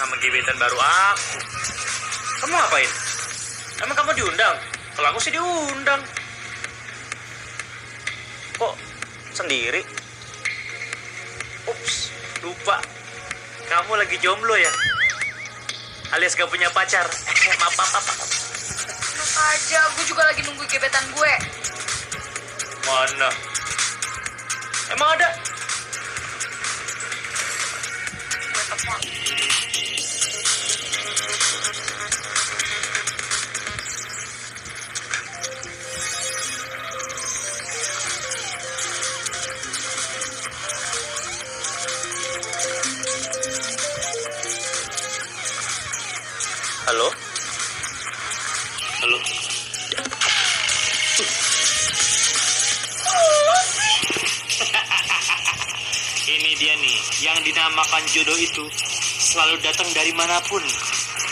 sama gebetan baru aku. Kamu ngapain? Emang kamu diundang? Kalau aku sih diundang. Kok sendiri? Ups, lupa. Kamu lagi jomblo ya? Alias gak punya pacar. Maaf. Enak aja, gue juga lagi nunggu gebetan gue. Mana? Emang ada? Gue telepon. Halo? Halo? Ini dia nih, yang dinamakan jodoh itu selalu datang dari manapun.